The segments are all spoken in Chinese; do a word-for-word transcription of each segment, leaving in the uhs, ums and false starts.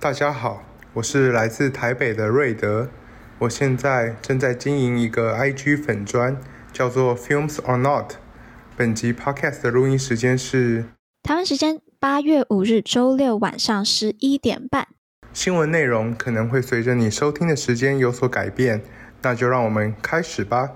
大家好，我是来自台北的瑞德，我现在正在经营一个 I G 粉专，叫做 Films or Not。本集 Podcast 的录音时间是台湾时间八月五日周六晚上十一点半。 新闻内容可能会随着你收听的时间有所改变，那就让我们开始吧。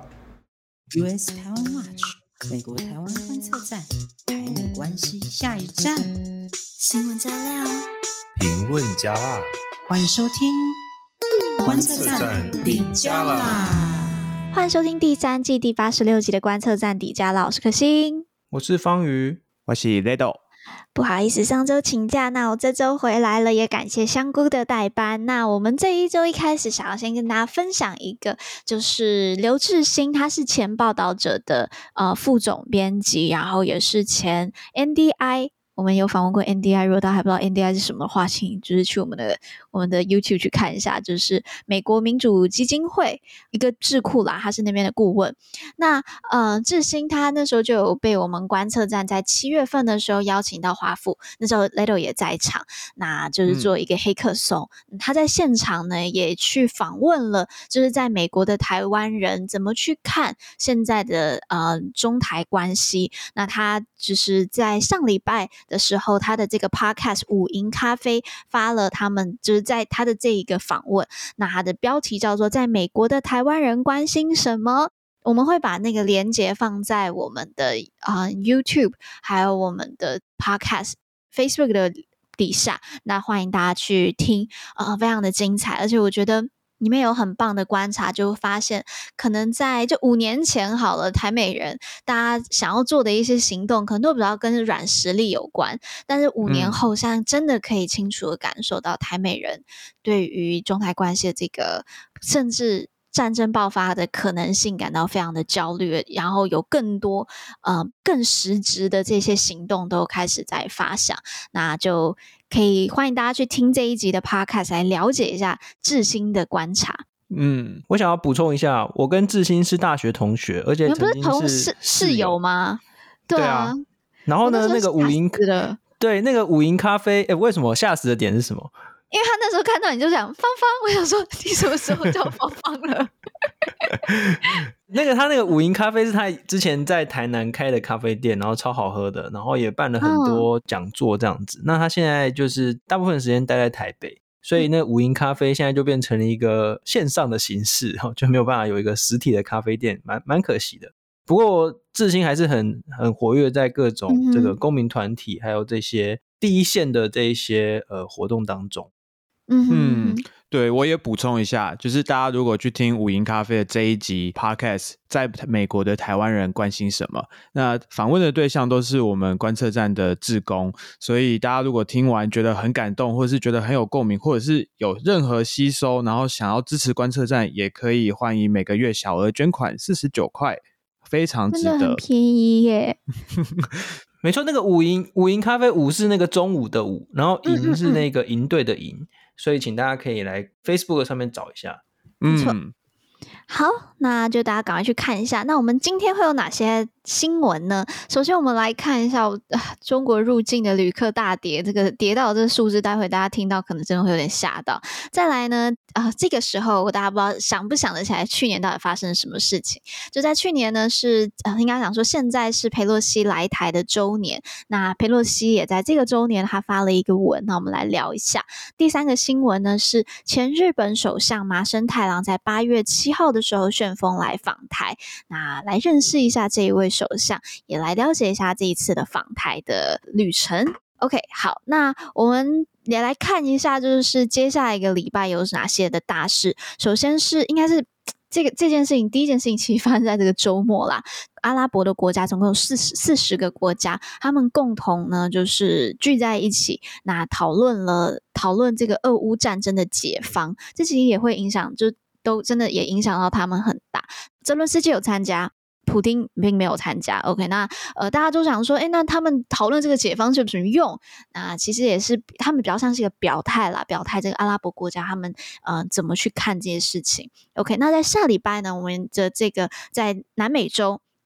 U S 台湾 Watch 美国台湾观测站，台美关系下一站， 新闻加料， 评论加辣， 欢迎收听观测站底加啦。 欢迎收听第三季第八十六集的观测站底加啦，我是可心， 我是方瑜， 我是 Ledo。 不好意思，上周请假，那我这周回来了，也感谢香菇的代班。那我们这一周一开始想要先跟大家分享一个，就是刘志兴，他是前报道者的呃副总编辑，然后也是前 N D I。我们有访问过 N D I， 如果大家还不知道 N D I 是什么的话，请就是去我们的我们的 YouTube 去看一下，就是美国民主基金会一个智库啦，他是那边的顾问。那呃，志兴他那时候就有被我们观测站在七月份的时候邀请到华府，那时候 Ledo 也在场，那就是做一个黑客松、嗯、他在现场呢也去访问了，就是在美国的台湾人怎么去看现在的呃中台关系。那他就是在上礼拜的时候，他的这个 podcast 五营咖啡发了他们就是在他的这一个访问，那他的标题叫做在美国的台湾人关心什么。我们会把那个连结放在我们的、呃、YouTube 还有我们的 podcast Facebook 的底下，那欢迎大家去听，呃，非常的精彩，而且我觉得里面有很棒的观察，就发现可能在就五年前好了，台美人大家想要做的一些行动可能都比较跟软实力有关，但是五年后现在真的可以清楚的感受到台美人对于中台关系的这个甚至战争爆发的可能性感到非常的焦虑，然后有更多呃更实质的这些行动都开始在发想，那就可以欢迎大家去听这一集的 podcast 来了解一下志兴的观察。 嗯，我想要补充一下，我跟志兴是大学同学，而且曾经是你们不是同室室友吗？对啊。 对啊，然后呢，那个五营对那个五营咖啡，哎，为什么吓死的点是什么？ 因为他那时候看到你就讲芳芳，我想说你什么时候叫芳芳了？ 那个他那个五营咖啡是他之前在台南开的咖啡店，然后超好喝的，然后也办了很多讲座这样子、嗯、那他现在就是大部分时间待在台北，所以那五营咖啡现在就变成了一个线上的形式，就没有办法有一个实体的咖啡店，蛮蛮可惜的。不过志兴还是很很活跃在各种这个公民团体、嗯、还有这些第一线的这一些呃活动当中。 嗯嗯，对，我也补充一下，就是大家如果去听五营咖啡的这一集 podcast 在美国的台湾人关心什么，那访问的对象都是我们观测站的志工，所以大家如果听完觉得很感动，或者是觉得很有共鸣，或者是有任何吸收，然后想要支持观测站，也可以欢迎每个月小额捐款四十九块，非常值得， 真的很便宜耶。 没错，那个五营五营咖啡，五是那个中午的午，然后营是那个营队的营、嗯嗯嗯，所以请大家可以来 Facebook 上面找一下。 没错。好，那就大家赶快去看一下。那我们今天会有哪些新闻呢？首先我们来看一下、呃、中国入境的旅客大跌，这个跌到这个数字待会大家听到可能真的会有点吓到。再来呢呃，这个时候大家不知道想不想得起来去年到底发生了什么事情。就在去年呢是、呃、应该讲说现在是裴洛西来台的周年，那裴洛西也在这个周年他发了一个文，那我们来聊一下。第三个新闻呢是前日本首相麻生太郎在八月七号的时候旋风来访台，那来认识一下这一位首相，也来了解一下这一次的访台的旅程。 OK， 好，那我们也来看一下就是接下来一个礼拜有哪些的大事。首先是应该是这个这件事情第一件事情其实发生在这个周末啦，阿拉伯的国家总共有四十四十个国家，他们共同呢就是聚在一起，那讨论了讨论这个俄乌战争的解方，这其实也会影响，就都真的也影响到他们很大。泽伦斯基有参加，普丁并没有参加。 OK， 那呃，大家都想说诶那他们讨论这个解方是有什么用？那其实也是他们比较像是一个表态啦，表态这个阿拉伯国家他们呃怎么去看这些事情。 OK， 那在下礼拜呢，我们的这个在南美洲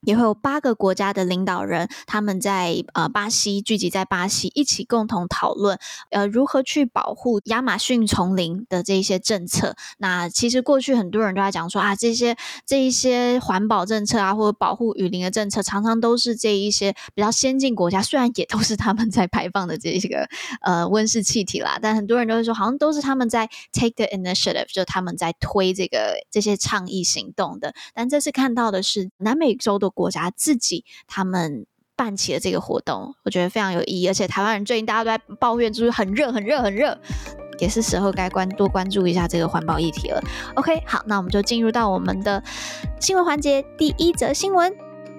也会有八个国家的领导人，他们在呃巴西聚集在巴西，一起共同讨论呃如何去保护亚马逊丛林的这一些政策。那其实过去很多人都在讲说啊，这些这一些环保政策啊，或者保护雨林的政策，常常都是这一些比较先进国家，虽然也都是他们在排放的这个呃温室气体啦，但很多人都会说，好像都是他们在 take the initiative， 就他们在推这个这些倡议行动的。但这次看到的是南美洲的国家自己他们办起了这个活动，我觉得非常有意义。而且台湾人最近大家都在抱怨，就是很热很热很热，也是时候该关多关注一下这个环保议题了。 OK， 好，那我们就进入到我们的新闻环节，第一则新闻。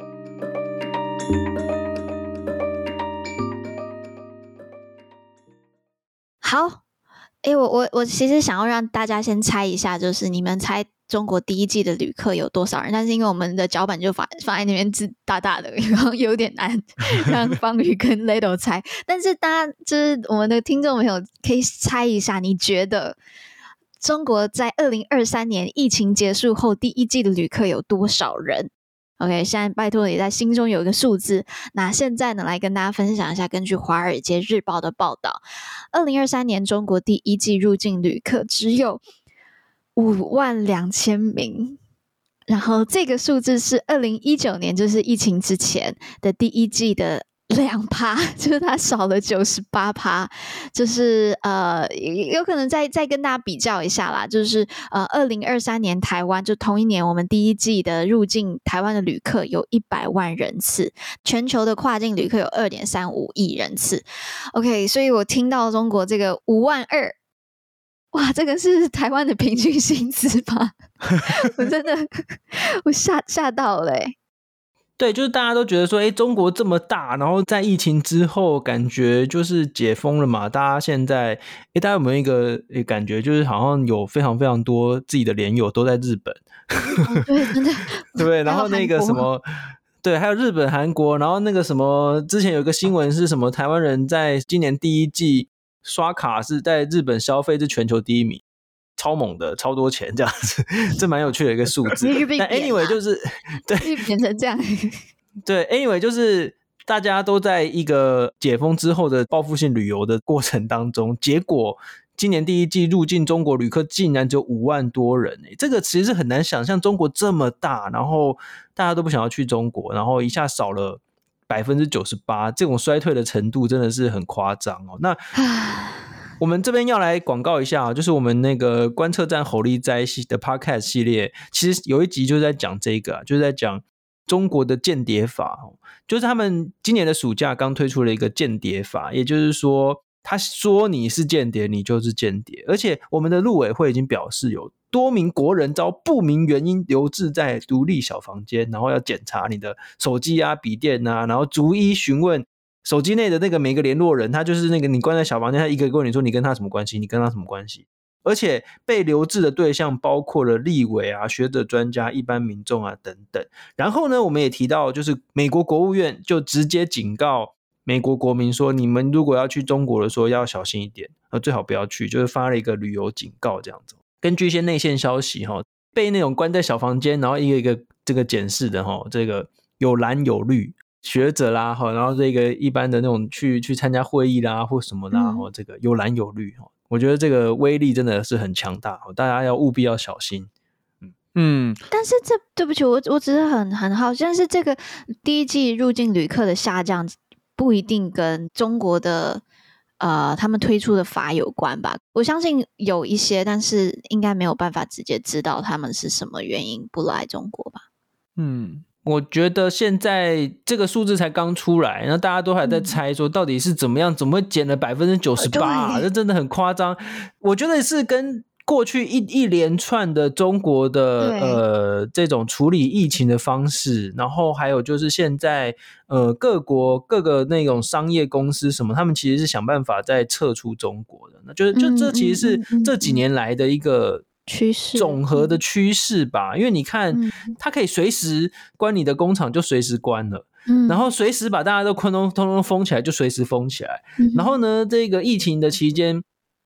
好，诶，我我我其实想要让大家先猜一下，就是你们猜中国第一季的旅客有多少人？但是因为我们的脚本就放放在那边字大大的，然后有点难让方宇跟 Ledo 猜。但是大家就是我们的听众朋友可以猜一下，你觉得中国在二零二三年疫情结束后第一季的旅客有多少人？OK， 现在拜托你在心中有一个数字。那现在呢，来跟大家分享一下，根据《华尔街日报》的报道，二零二三年中国第一季入境旅客只有五万两千名，然后这个数字是二零一九年，就是疫情之前的第一季的两趴，就是它少了九十八趴，就是呃，有可能再再跟大家比较一下啦，就是呃，二零二三年台湾就同一年，我们第一季的入境台湾的旅客有一百万人次，全球的跨境旅客有二点三五亿人次。OK， 所以我听到中国这个五万二。哇，这个是台湾的平均薪资吧？我真的我吓吓到了欸。 对，就是大家都觉得说，哎，中国这么大，然后在疫情之后，感觉就是解封了嘛。大家现在，哎，大家有没有一个感觉，就是好像有非常非常多自己的连友都在日本？ 哦、对，真的。 对，然后那个什么，对，还有日本、韩国，然后那个什么，之前有一个新闻是什么，台湾人在今年第一季刷卡是在日本消费是全球第一名。超猛的，超多钱这样子，这蛮有趣的一个数字。但 anyway 就是对变成这样， 对 anyway 就是大家都在一个解封之后的报复性旅游的过程当中，结果今年第一季入境中国旅客竟然只有五万多人、欸、这个其实很难想象，中国这么大，然后大家都不想要去中国，然后一下少了百分之九十八，这种衰退的程度真的是很夸张哦。那我们这边要来广告一下，就是我们那个观测站侯立斋的 podcast 系列，其实有一集就是在讲这个、啊、就是在讲中国的间谍法，就是他们今年的暑假刚推出了一个间谍法，也就是说他说你是间谍你就是间谍，而且我们的陆委会已经表示有多名国人遭不明原因留置在独立小房间，然后要检查你的手机啊笔电啊，然后逐一询问手机内的那个每个联络人，他就是那个你关在小房间，他一个一个问你说你跟他什么关系，你跟他什么关系。而且被留置的对象包括了立委啊、学者专家、一般民众啊等等。然后呢，我们也提到，就是美国国务院就直接警告美国国民说，你们如果要去中国的时候要小心一点，最好不要去，就是发了一个旅游警告这样子。根据一些内线消息，被那种关在小房间，然后一个一个这个检视的，这个有蓝有绿。学者啦，然后这个一般的那种去去参加会议啦或什么啦，嗯、这个有蓝有绿，我觉得这个威力真的是很强大，大家要务必要小心。 嗯嗯， 但是这对不起，我我只是很很好奇，但是这个第一季入境旅客的下降不一定跟中国的呃他们推出的法有关吧？我相信有一些，但是应该没有办法直接知道他们是什么原因不来中国吧？ 嗯。我觉得现在这个数字才刚出来，然后大家都还在猜说到底是怎么样，怎么会减了百分之九十八？这真的很夸张。我觉得是跟过去一一连串的中国的呃这种处理疫情的方式，然后还有就是现在呃各国各个那种商业公司什么，他们其实是想办法在撤出中国的，那就是就这其实是这几年来的一个。 趋势总和的趋势吧，因为你看、嗯、它可以随时关你的工厂就随时关了、嗯、然后随时把大家都通通通通封起来就随时封起来、嗯、然后呢这个疫情的期间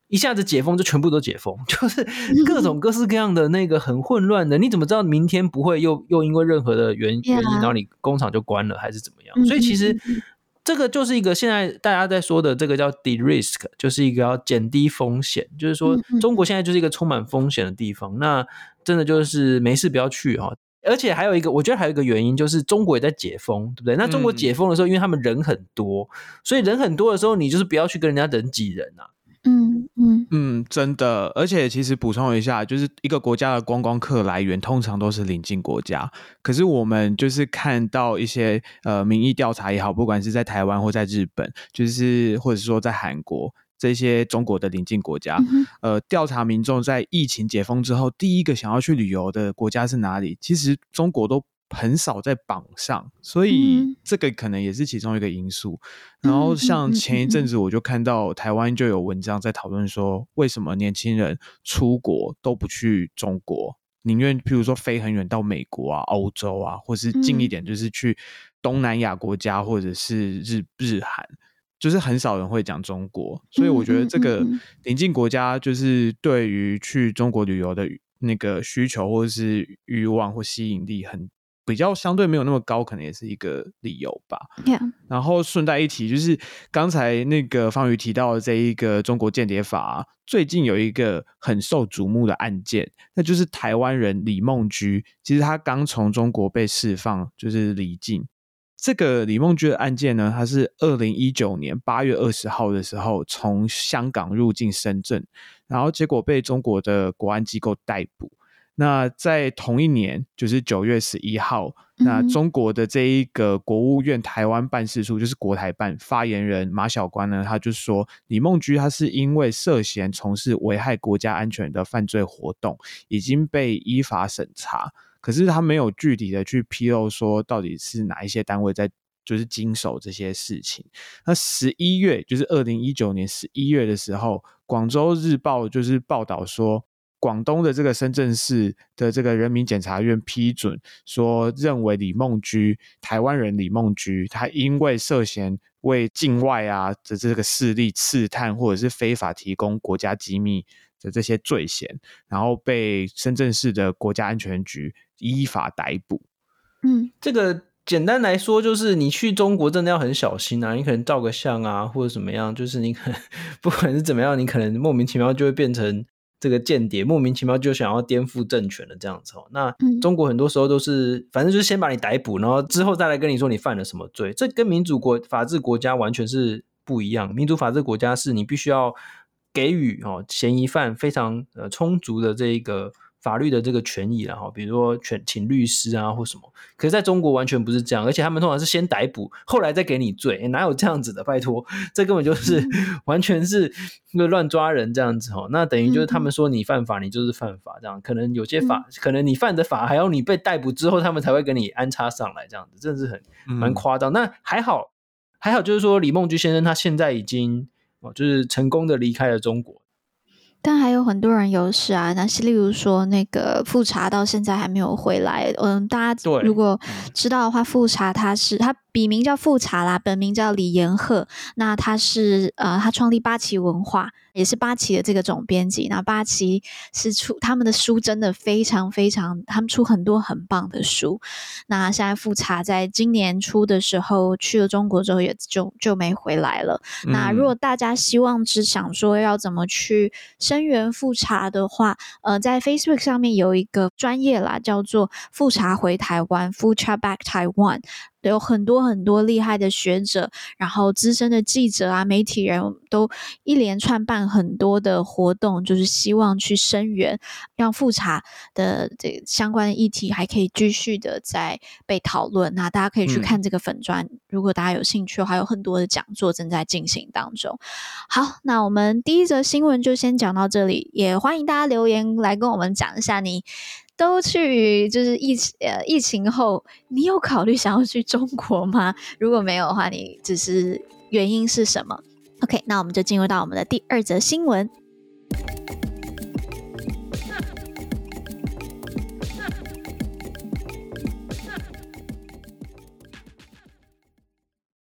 一下子解封就全部都解封，就是各种各式各样的那个很混乱的，你怎么知道明天不会又又因为任何的原原因，然后你工厂就关了还是怎么样？所以其实这个就是一个现在大家在说的这个叫 de-risk， 就是一个要减低风险，就是说中国现在就是一个充满风险的地方，那真的就是没事不要去哈。而且还有一个，我觉得还有一个原因就是中国也在解封，对不对？那中国解封的时候，因为他们人很多，所以人很多的时候，你就是不要去跟人家人挤人啊。 嗯嗯嗯，真的，而且其实补充一下，就是一个国家的观光客来源通常都是邻近国家，可是我们就是看到一些呃民意调查也好，不管是在台湾或在日本，就是或者说在韩国这些中国的邻近国家，嗯、呃，调查民众在疫情解封之后，第一个想要去旅游的国家是哪里？其实中国都很少在榜上，所以这个可能也是其中一个因素。然后像前一阵子我就看到台湾就有文章在讨论说，为什么年轻人出国都不去中国，宁愿譬如说飞很远到美国啊、欧洲啊，或是近一点就是去东南亚国家或者是日日韩，就是很少人会讲中国。所以我觉得这个邻近国家就是对于去中国旅游的那个需求或者是欲望或吸引力很比较相对没有那么高，可能也是一个理由吧。 Yeah. 然后顺带一提，就是刚才那个方瑜提到的这一个中国间谍法、啊、最近有一个很受瞩目的案件，那就是台湾人李梦居，其实他刚从中国被释放，就是离境。这个李梦居的案件呢，他是二零一九年八月二十号的时候从香港入境深圳，然后结果被中国的国安机构逮捕。那在同一年就是九月十一号，那中国的这一个国务院台湾办事处就是国台办发言人马晓光呢，他就说李梦居他是因为涉嫌从事危害国家安全的犯罪活动已经被依法审查，可是他没有具体的去披露说到底是哪一些单位在就是经手这些事情。那十一月就是二零一九年十一月的时候，广州日报就是报道说广东的这个深圳市的这个人民检察院批准说，认为李梦居台湾人李梦居他因为涉嫌为境外啊的这个势力刺探或者是非法提供国家机密的这些罪嫌，然后被深圳市的国家安全局依法逮捕。 嗯，这个简单来说就是你去中国真的要很小心啊，你可能照个相啊或者怎么样，就是你可能不管是怎么样，你可能莫名其妙就会变成这个间谍，莫名其妙就想要颠覆政权的这样子。那中国很多时候都是反正就是先把你逮捕，然后之后再来跟你说你犯了什么罪，这跟民主国法治国家完全是不一样。民主法治国家是你必须要给予、哦、嫌疑犯非常、呃、充足的这一个法律的这个权益啦，比如说请律师啊或什么，可是在中国完全不是这样，而且他们通常是先逮捕后来再给你罪，哪有这样子的，拜托，这根本就是完全是乱抓人这样子。那等于就是他们说你犯法你就是犯法这样，可能有些法可能你犯的法还要你被逮捕之后他们才会给你安插上来这样子，真的是很蛮夸张。那还好还好就是说李梦居先生他现在已经、哦、就是成功的离开了中国， 但还有很多人有事啊，那是例如说那个富察到现在还没有回来。嗯，大家如果知道的话，富察他是他笔名叫富察啦，本名叫李延鹤。那他是呃，他创立八旗文化，也是八旗的这个总编辑。那八旗是出他们的书真的非常非常，他们出很多很棒的书。那现在富察在今年初的时候去了中国之后，也就就没回来了。嗯、那如果大家希望只想说要怎么去声援富察的话，呃，在 Facebook 上面有一个专页啦，叫做富察回台湾 Fucha Back Taiwan， 有很多很多厉害的学者，然后资深的记者啊、媒体人都一连串办很多的活动，就是希望去声援，让富察的这个相关的议题还可以继续的在被讨论。那大家可以去看这个粉专、嗯、如果大家有兴趣，还有很多的讲座正在进行当中。好，那我们第一则新闻就先讲到这里，也欢迎大家留言来跟我们讲一下，你都去就是疫呃疫情后，你有考虑想要去中国吗？如果没有的话，你只是原因是什么 ？OK， 那我们就进入到我们的第二则新闻。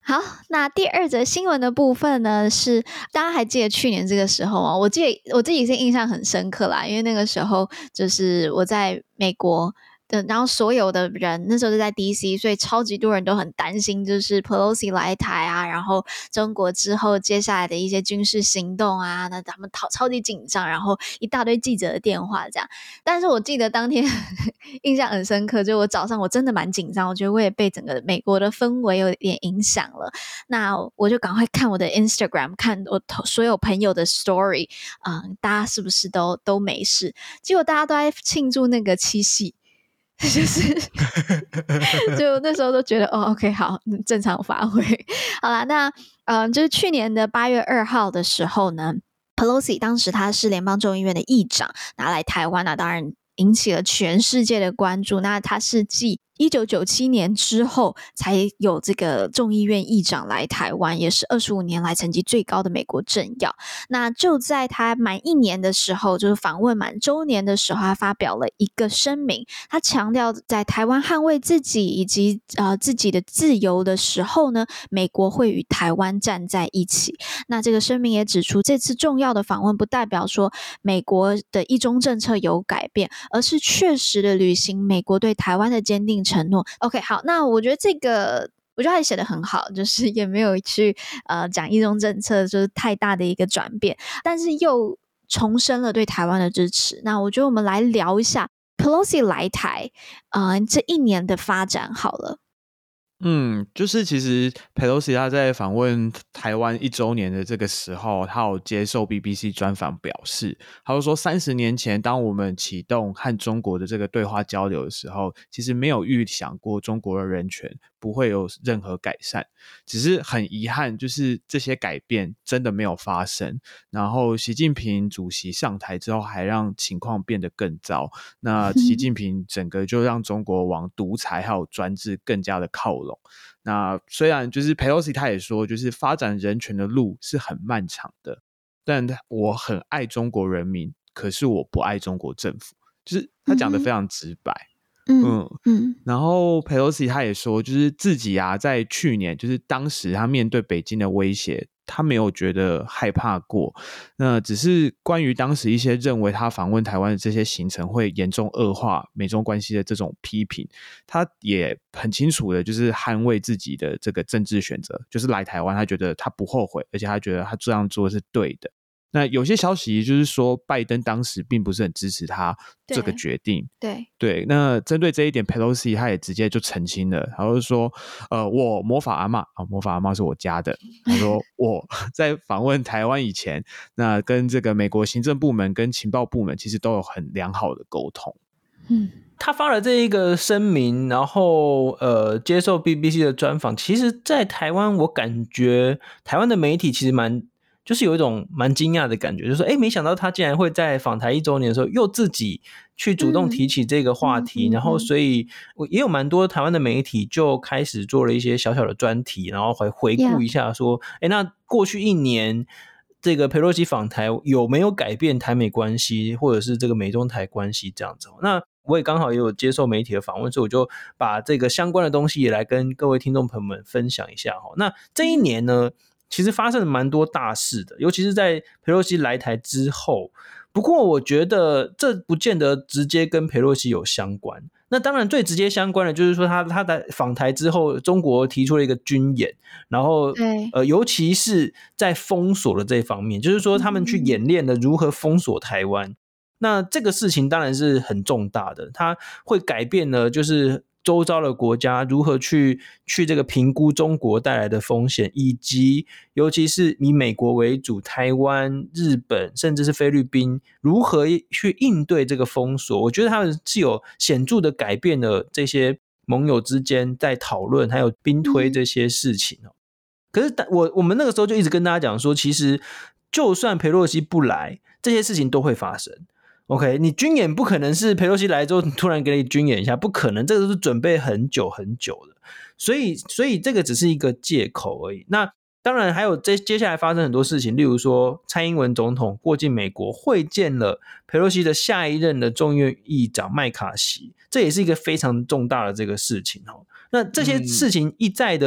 好，那第二则新闻的部分呢，是大家还记得去年这个时候吗？我记得我自己是印象很深刻啦，因为那个时候就是我在美国的，然后所有的人那时候就在 D C， 所以超级多人都很担心，就是 Pelosi 来台啊，然后中国之后接下来的一些军事行动啊，那他们超超级紧张，然后一大堆记者的电话这样。但是我记得当天印象很深刻，就我早上我真的蛮紧张，我觉得我也被整个美国的氛围有点影响了。那我就赶快看我的 Instagram， 看我所有朋友的 story， 嗯，大家是不是都都没事？结果大家都在庆祝那个七夕。就是就那时候都觉得哦 OK 好，正常发挥。好啦，那呃就是去年的八月二号的时候呢， Pelosi 当时他是联邦众议院的议长，拿来台湾，那当然引起了全世界的关注。那他是继一九九七年之后才有这个众议院议长来台湾，也是二十五年来成绩最高的美国政要。那就在他满一年的时候，就是访问满周年的时候，他发表了一个声明，他强调在台湾捍卫自己以及呃自己的自由的时候呢，美国会与台湾站在一起。那这个声明也指出，这次重要的访问不代表说美国的一中政策有改变，而是确实的履行美国对台湾的坚定承诺。 OK 好，那我觉得这个我觉得他写得很好，就是也没有去呃讲一中政策就是太大的一个转变，但是又重申了对台湾的支持。那我觉得我们来聊一下 Pelosi 来台呃这一年的发展好了。 嗯，就是其实 Pelosi 他在访问台湾一周年的这个时候，他有接受 B B C 专访表示，他就说三十年前当我们启动和中国的这个对话交流的时候，其实没有预想过中国的人权不会有任何改善，只是很遗憾就是这些改变真的没有发生，然后习近平主席上台之后还让情况变得更糟，那习近平整个就让中国往独裁还有专制更加的靠拢。那虽然就是 Pelosi 他也说就是发展人权的路是很漫长的，但我很爱中国人民，可是我不爱中国政府，就是他讲得非常直白。 嗯 嗯, 嗯然后 Pelosi 他也说就是自己啊在去年就是当时他面对北京的威胁他没有觉得害怕过，那只是关于当时一些认为他访问台湾的这些行程会严重恶化美中关系的这种批评，他也很清楚的就是捍卫自己的这个政治选择，就是来台湾他觉得他不后悔，而且他觉得他这样做是对的。那有些消息就是说拜登当时并不是很支持他这个决定， 对对，那针对这一点 Pelosi 他也直接就澄清了，他就说呃，我魔法阿嬷、哦、魔法阿嬷是我家的，他说我在访问台湾以前那跟这个美国行政部门跟情报部门其实都有很良好的沟通。 嗯， 他发了这一个声明，然后呃接受 B B C 的专访，其实在台湾我感觉台湾的媒体其实蛮就是有一种蛮惊讶的感觉，就是说，哎，没想到他竟然会在访台一周年的时候，又自己去主动提起这个话题，嗯、然后所以也有蛮多台湾的媒体就开始做了一些小小的专题，然后回回顾一下说，哎，那过去一年这个裴洛西访台有没有改变台美关系，或者是这个美中台关系这样子？那我也刚好也有接受媒体的访问，所以我就把这个相关的东西也来跟各位听众朋友们分享一下。那这一年呢，其实发生了蛮多大事的，尤其是在裴洛西来台之后。不过我觉得这不见得直接跟裴洛西有相关。那当然最直接相关的就是说他他在访台之后，中国提出了一个军演，然后呃，尤其是在封锁的这方面，就是说他们去演练了如何封锁台湾。嗯、那这个事情当然是很重大的，它会改变了就是周遭的国家如何去去这个评估中国带来的风险，以及尤其是以美国为主，台湾、日本甚至是菲律宾如何去应对这个封锁。我觉得他们是有显著的改变了这些盟友之间在讨论还有兵推这些事情。嗯、可是我我们那个时候就一直跟大家讲说，其实就算裴洛西不来，这些事情都会发生。OK， 你军演不可能是裴洛西来之后突然给你军演一下，不可能，这个都是准备很久很久的，所以所以这个只是一个借口而已。那当然还有接接下来发生很多事情，例如说蔡英文总统过境美国会见了裴洛西的下一任的众议院议长麦卡锡，这也是一个非常重大的这个事情。那这些事情一再的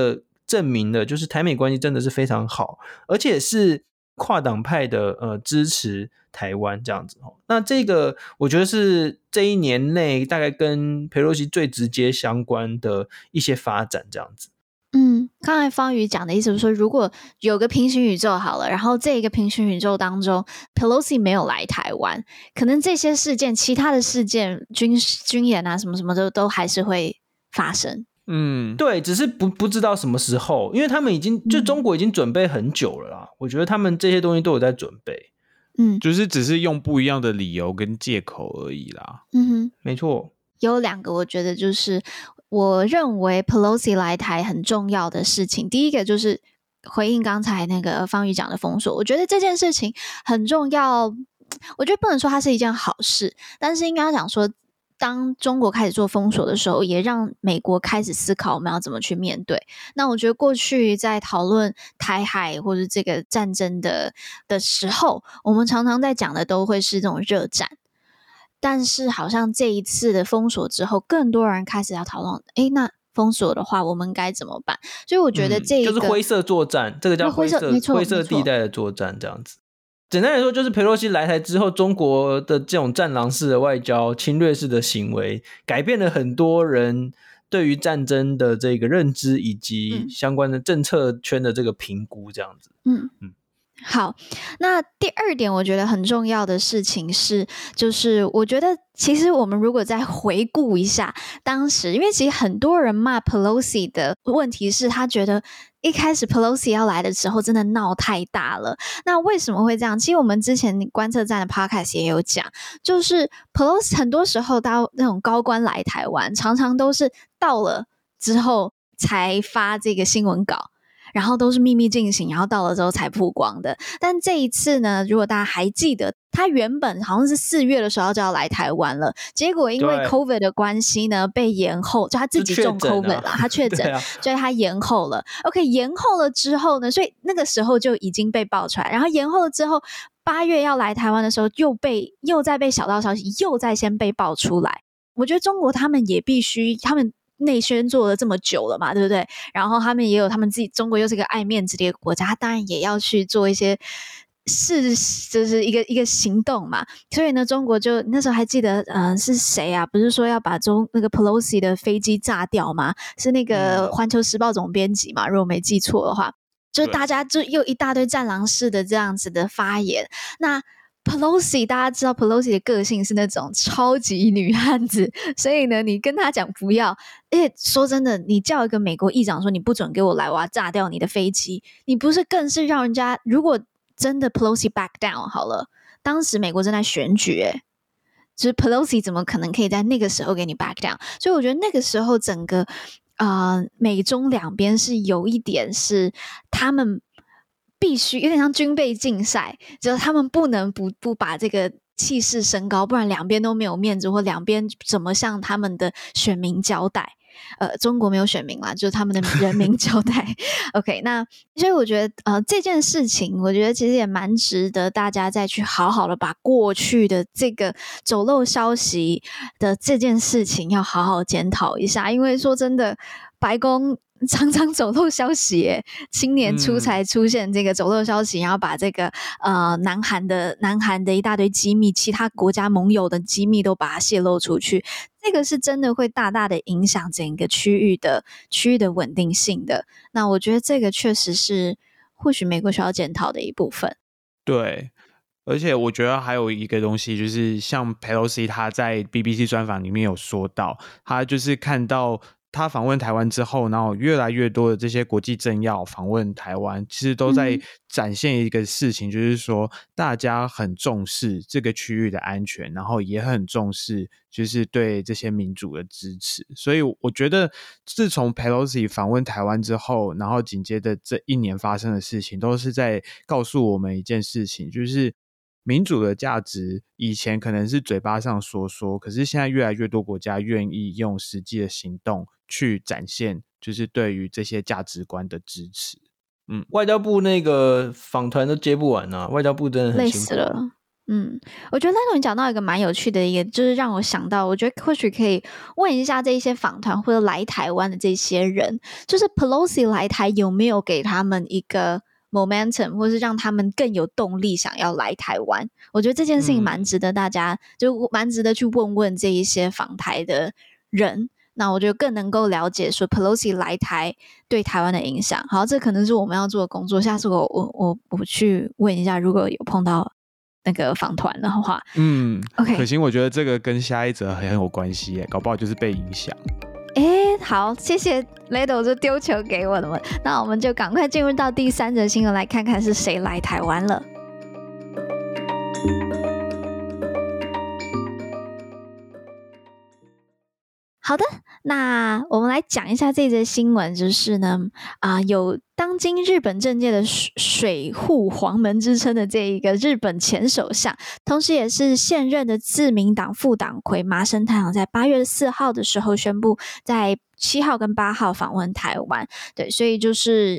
证明了就是台美关系真的是非常好，而且是跨党派的呃支持台湾这样子。那这个我觉得是这一年内大概跟裴洛西最直接相关的一些发展这样子。 嗯，刚才方宇讲的意思是说，如果有个平行宇宙好了，然后这个平行宇宙当中 Pelosi 没有来台湾，可能这些事件其他的事件军军演啊什么什么的都还是会发生。 嗯， 对，只是不不知道什么时候，因为他们已经就中国已经准备很久了啦、嗯、我觉得他们这些东西都有在准备， 嗯， 就是只是用不一样的理由跟借口而已啦。 嗯哼， 没错。 有两个我觉得就是我认为 Pelosi 来台很重要的事情，第一个就是回应刚才那个方宇讲的封锁，我觉得这件事情很重要，我觉得不能说它是一件好事，但是应该讲说当中国开始做封锁的时候，也让美国开始思考我们要怎么去面对。那我觉得过去在讨论台海或者这个战争的的时候，我们常常在讲的都会是这种热战，但是好像这一次的封锁之后，更多人开始要讨论，诶，那封锁的话我们该怎么办？所以我觉得这一个、 嗯、就是灰色作战，这个叫灰色灰色地带的作战这样子。简单来说，就是裴洛西来台之后，中国的这种战狼式的外交、侵略式的行为，改变了很多人对于战争的这个认知，以及相关的政策圈的这个评估，这样子。 嗯嗯。好，那第二点我觉得很重要的事情是，就是我觉得其实我们如果再回顾一下当时，因为其实很多人骂 Pelosi 的问题是他觉得一开始 Pelosi 要来的时候真的闹太大了。那为什么会这样？其实我们之前观测站的 podcast 也有讲，就是 Pelosi 很多时候到那种高官来台湾，常常都是到了之后才发这个新闻稿，然后都是秘密进行，然后到了之后才曝光的。但这一次呢，如果大家还记得，他原本好像是四月的时候就要来台湾了，结果因为 COVID 的关系呢被延后，就他自己中 COVID 了，他确诊、啊、所以他延后了。OK， 延后了之后呢，所以那个时候就已经被爆出来，然后延后了之后，八月要来台湾的时候又被又再被小道消息又再先被爆出来。我觉得中国他们也必须，他们内宣做了这么久了嘛，对不对？然后他们也有他们自己，中国又是一个爱面子的一个国家，他当然也要去做一些事，就是一个一个行动嘛。所以呢，中国就那时候还记得，呃，是谁啊？不是说要把中那个 Pelosi 的飞机炸掉吗？是那个《环球时报》总编辑嘛，如果没记错的话，就大家就又一大堆战狼式的这样子的发言。那Pelosi 大家知道 Pelosi 的个性是那种超级女汉子，所以呢你跟他讲不要，而且说真的，你叫一个美国议长说你不准给我来，我要炸掉你的飞机，你不是更是让人家，如果真的 Pelosi back down 好了，当时美国正在选举耶，就是 Pelosi 怎么可能可以在那个时候给你 back down？ 所以我觉得那个时候整个呃美中两边是有一点是他们必须有点像军备竞赛，就是他们不能不不把这个气势升高，不然两边都没有面子，或两边怎么向他们的选民交代。呃，中国没有选民啦，就是他们的人民交代。OK， 那所以我觉得呃这件事情，我觉得其实也蛮值得大家再去好好的把过去的这个走漏消息的这件事情要好好检讨一下，因为说真的，白宫常常走漏消息耶，今年初才出现这个走漏消息，嗯、然后把这个呃南韩的南韩的一大堆机密，其他国家盟友的机密都把它泄露出去，这个是真的会大大的影响整个区域的区域的稳定性的。那我觉得这个确实是或许美国需要检讨的一部分。 对。而且我觉得还有一个东西，就是像 Pelosi 他在 B B C 专访里面有说到，他就是看到他访问台湾之后，然后越来越多的这些国际政要访问台湾，其实都在展现一个事情，嗯、就是说大家很重视这个区域的安全，然后也很重视就是对这些民主的支持。所以我觉得自从 Pelosi 访问台湾之后，然后紧接着这一年发生的事情，都是在告诉我们一件事情，就是民主的价值以前可能是嘴巴上说说，可是现在越来越多国家愿意用实际的行动去展现，就是对于这些价值观的支持。嗯， 外交部那个访团都接不完啊，外交部真的很辛苦，累死了。 嗯，我觉得那种讲到一个蛮有趣的，也就是让我想到，我觉得或许可以问一下这一些访团或者来台湾的这些人，就是 Pelosi 来台有没有给他们一个 momentum， 或是让他们更有动力想要来台湾？我觉得这件事情蛮值得大家，嗯、就蛮值得去问问这一些访台的人。那我觉得更能够了解说 Pelosi 来台对台湾的影响。好，这可能是我们要做的工作。下次我我我我去问一下，如果有碰到那个访团的话， 嗯 ，OK， 可行，我觉得这个跟下一则很有关系耶，搞不好就是被影响。 哎，好，谢谢 Lado 就丢球给我们，那我们就赶快进入到第三则新闻，来看看是谁来台湾了。好的，那我们来讲一下这则新闻，就是呢，啊、呃，有当今日本政界的水户黄门之称的这一个日本前首相，同时也是现任的自民党副党魁麻生太郎，在八月四号的时候宣布，在七号跟八号访问台湾。对，所以就是。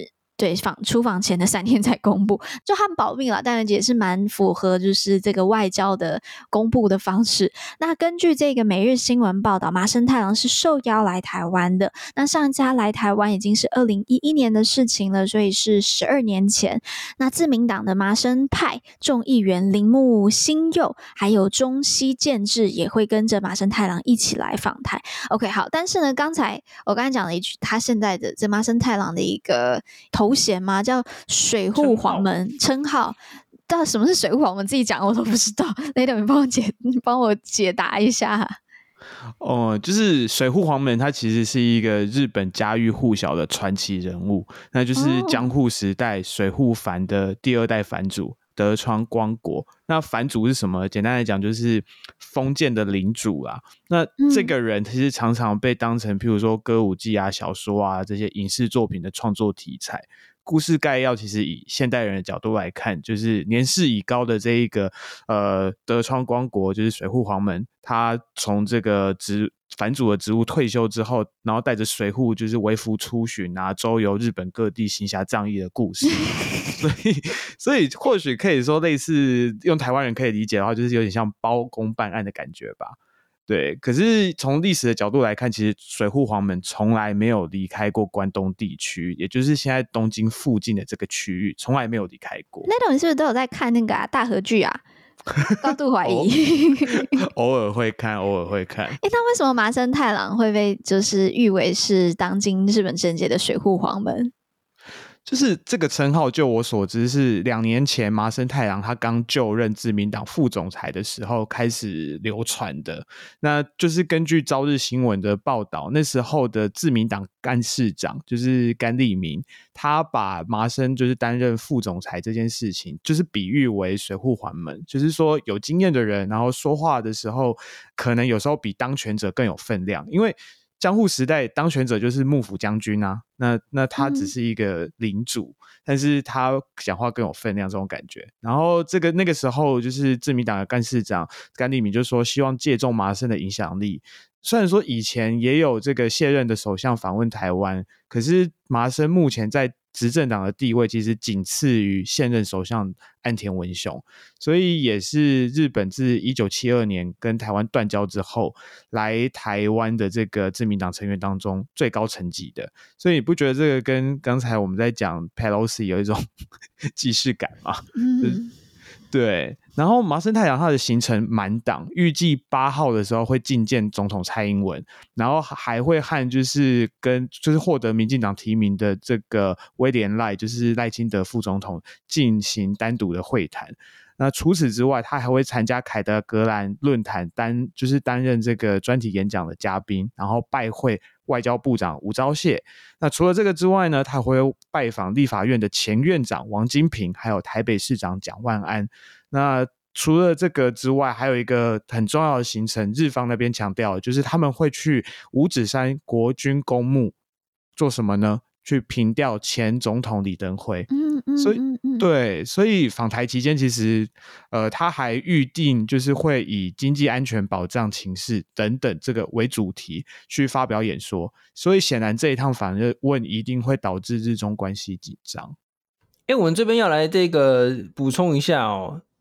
对，访出访前的三天才公布，就他们保密了，但也是蛮符合就是这个外交的公布的方式。那根据这个每日新闻报道，麻生太郎是受邀来台湾的。那上一次他来台湾已经是二零一一年的事情了，所以是十二年前。那自民党的麻生派众议员铃木新佑还有中西健治也会跟着麻生太郎一起来访台。OK， 好，但是呢，刚才我刚才讲了一句，他现在的这麻生太郎的一个头衔吗？叫水户黄门称号。到底什么是水户黄门？自己讲我都不知道。雷董，你帮我解，你帮我解答一下。 哦，就是水户黄门，他其实是一个日本家喻户晓的传奇人物，那就是江户时代水户藩的第二代藩主德川光国。那藩主是什么？简单来讲就是封建的领主啦。那这个人其实常常被当成譬如说歌舞伎啊、小说啊这些影视作品的创作题材。故事概要其实以现代人的角度来看，就是年事已高的这一个呃德川光国，就是水户黄门，他从这个职藩主的职务退休之后，然后带着水户就是微服出巡啊，周游日本各地行侠仗义的故事。所以所以或许可以说类似用台湾人可以理解的话，就是有点像包公办案的感觉吧。对，可是从历史的角度来看，其实水户黄门从来没有离开过关东地区，也就是现在东京附近的这个区域，从来没有离开过。 那种你是不是都有在看那个、啊、大河剧啊？高度怀疑偶尔会看，偶尔会看。 哎，那为什么麻生太郎会被就是誉为是当今日本政界的水户黄门？ 就是这个称号，就我所知是两年前麻生太郎他刚就任自民党副总裁的时候开始流传的。那就是根据朝日新闻的报道，那时候的自民党干事长就是甘利明，他把麻生就是担任副总裁这件事情，就是比喻为水户黄门，就是说有经验的人，然后说话的时候，可能有时候比当权者更有分量，因为江户时代当权者就是幕府将军啊，那那他只是一个领主、嗯、但是他讲话更有分量这种感觉。然后这个那个时候就是自民党的干事长甘利明就说希望借重麻生的影响力，虽然说以前也有这个卸任的首相访问台湾，可是麻生目前在执政党的地位其实仅次于现任首相岸田文雄，所以也是日本自一九七二年跟台湾断交之后来台湾的这个自民党成员当中最高层级的。所以你不觉得这个跟刚才我们在讲 Pelosi 有一种既视感吗？嗯，对。然后麻生太郎他的行程满档，预计八号的时候会觐见总统蔡英文，然后还会和就是跟就是获得民进党提名的这个威廉赖，就是赖清德副总统进行单独的会谈。那除此之外，他还会参加凯德格兰论坛，担就是担任这个专题演讲的嘉宾，然后拜会外交部长吴钊燮。那除了这个之外呢，他会拜访立法院的前院长王金平，还有台北市长蒋万安。那除了这个之外，还有一个很重要的行程，日方那边强调就是他们会去五指山国军公墓做什么呢？去凭吊前总统李登辉。嗯嗯，所以对，所以访台期间其实呃他还预定就是会以经济安全保障情势等等这个为主题去发表演说，所以显然这一趟访问一定会导致日中关系紧张。 欸，我们这边要来这个补充一下哦，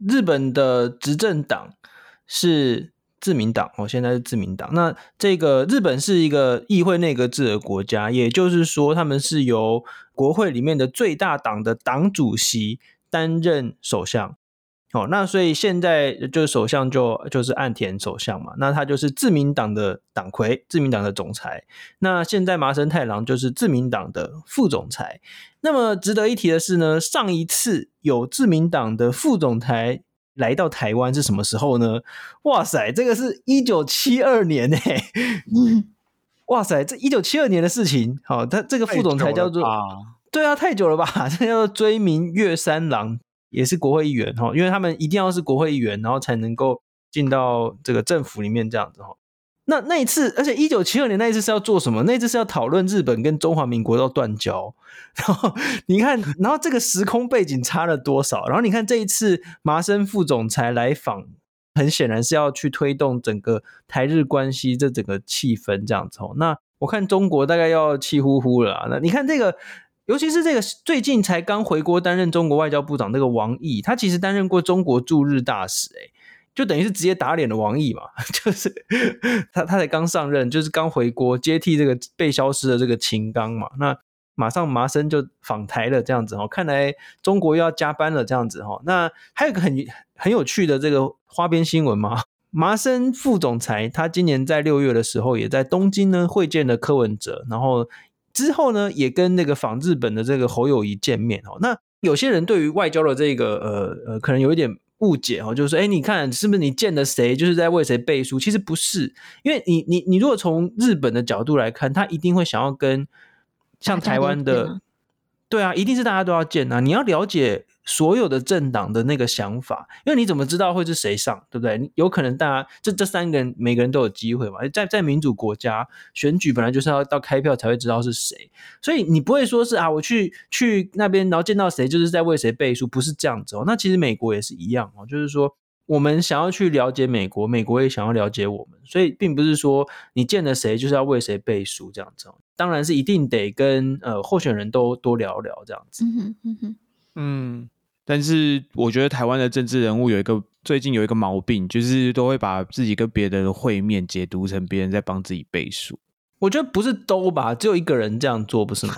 日本的执政党是自民党，哦，现在是自民党。那这个日本是一个议会内阁制的国家，也就是说他们是由国会里面的最大党的党主席担任首相。哦，那所以现在就是首相就就是岸田首相嘛，那他就是自民党的党魁，自民党的总裁。那现在麻生太郎就是自民党的副总裁。那么值得一提的是呢，上一次有自民党的副总裁来到台湾是什么时候呢？哇塞，这个是一九七二年欸、嗯、哇塞，这一九七二年的事情。好，他这个副总裁叫做对啊，太久了吧，这叫做追名岳三郎，也是国会议员，因为他们一定要是国会议员，然后才能够进到这个政府里面这样子。那那一次，而且一九七二年那一次是要做什么？那一次是要讨论日本跟中华民国要断交。然后你看，然后这个时空背景差了多少？然后你看这一次麻生副总裁来访，很显然是要去推动整个台日关系这整个气氛这样子。那我看中国大概要气呼呼了啊。那你看这个，尤其是这个最近才刚回国担任中国外交部长这个王毅，他其实担任过中国驻日大使、欸就等于是直接打脸的王毅嘛，就是他他才刚上任，就是刚回国接替这个被消失的这个秦刚嘛，那马上麻生就访台了这样子，看来中国又要加班了这样子。那还有一个很很有趣的这个花边新闻嘛，麻生副总裁他今年在六月的时候也在东京呢会见了柯文哲，然后之后呢也跟那个访日本的这个侯友宜见面。那有些人对于外交的这个呃呃可能有一点误解哦，就是说，哎，你看是不是你见了谁，就是在为谁背书？其实不是，因为你你你如果从日本的角度来看，他一定会想要跟像台湾的，对啊，一定是大家都要见啊。你要了解所有的政党的那个想法，因为你怎么知道会是谁上，对不对？有可能大家这这三个人每个人都有机会嘛，在在民主国家选举本来就是要到开票才会知道是谁，所以你不会说是啊，我去去那边然后见到谁就是在为谁背书，不是这样子哦。那其实美国也是一样哦，就是说我们想要去了解美国，美国也想要了解我们，所以并不是说你见了谁就是要为谁背书这样子哦。当然是一定得跟呃候选人都多聊聊这样子。 嗯哼嗯哼嗯，但是我觉得台湾的政治人物有一个最近有一个毛病，就是都会把自己跟别人的会面解读成别人在帮自己背书。 我觉得不是都吧，只有一个人这样做不是吗？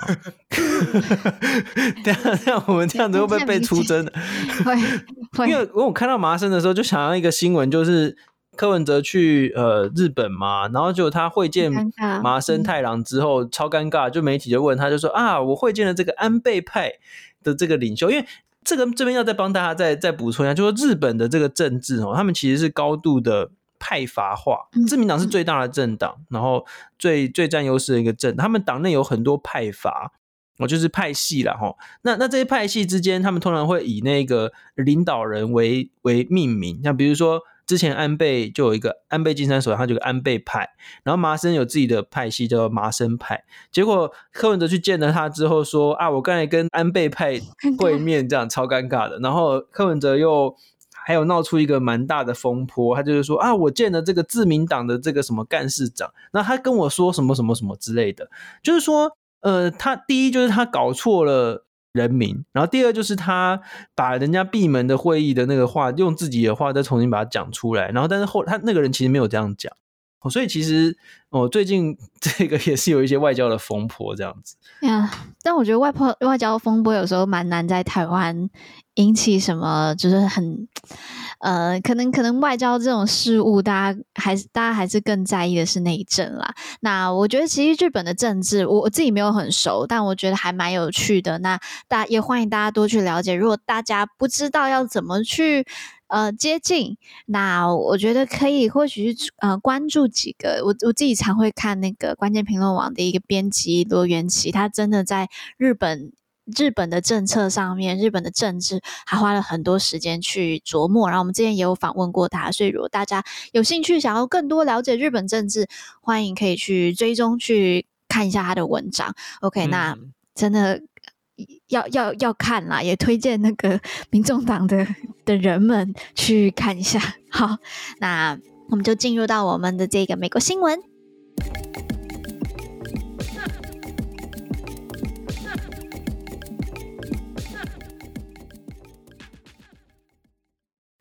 这样这样我们这样子会不会被出征的？ 会， 因为我看到麻生的时候就想要一个新闻，就是柯文哲去呃日本嘛，然后就他会见麻生太郎之后、嗯、超尴尬，就媒体就问他就说啊，我会见了这个安倍派的这个领袖。因为这个这边要再帮大家再再补充一下，就说日本的这个政治哦，他们其实是高度的派阀化，自民党是最大的政党，然后最最占优势的一个政党，他们党内有很多派阀。哦，就是派系啦齁。那那这些派系之间，他们通常会以那个领导人为为命名，像比如说之前安倍就有一个安倍晋三首相，他就有个安倍派，然后麻生有自己的派系叫做麻生派。结果柯文哲去见了他之后说啊，我刚才跟安倍派会面，这样超尴尬的。然后柯文哲又还有闹出一个蛮大的风波，他就是说啊，我见了这个自民党的这个什么干事长，那他跟我说什么什么什么之类的，就是说。呃，他第一就是他搞错了人名，然后第二就是他把人家闭门的会议的那个话用自己的话再重新把它讲出来，然后但是后他那个人其实没有这样讲，哦、所以其实哦最近这个也是有一些外交的风波这样子。 呀、yeah, 但我觉得外破外交风波有时候蛮难在台湾引起什么，就是很呃，可能可能外交这种事物，大家还是大家还是更在意的是内政啦。那我觉得其实日本的政治，我我自己没有很熟，但我觉得还蛮有趣的。那大也欢迎大家多去了解。如果大家不知道要怎么去呃接近，那我觉得可以或许呃关注几个。我我自己常会看那个关键评论网的一个编辑罗元琪，他真的在日本。日本的政策上面，日本的政治还花了很多时间去琢磨，然后我们之前也有访问过他，所以如果大家有兴趣想要更多了解日本政治，欢迎可以去追踪去看一下他的文章。 OK、嗯、那真的要要要看啦，也推荐那个民众党的的人们去看一下。好，那我们就进入到我们的这个美国新闻。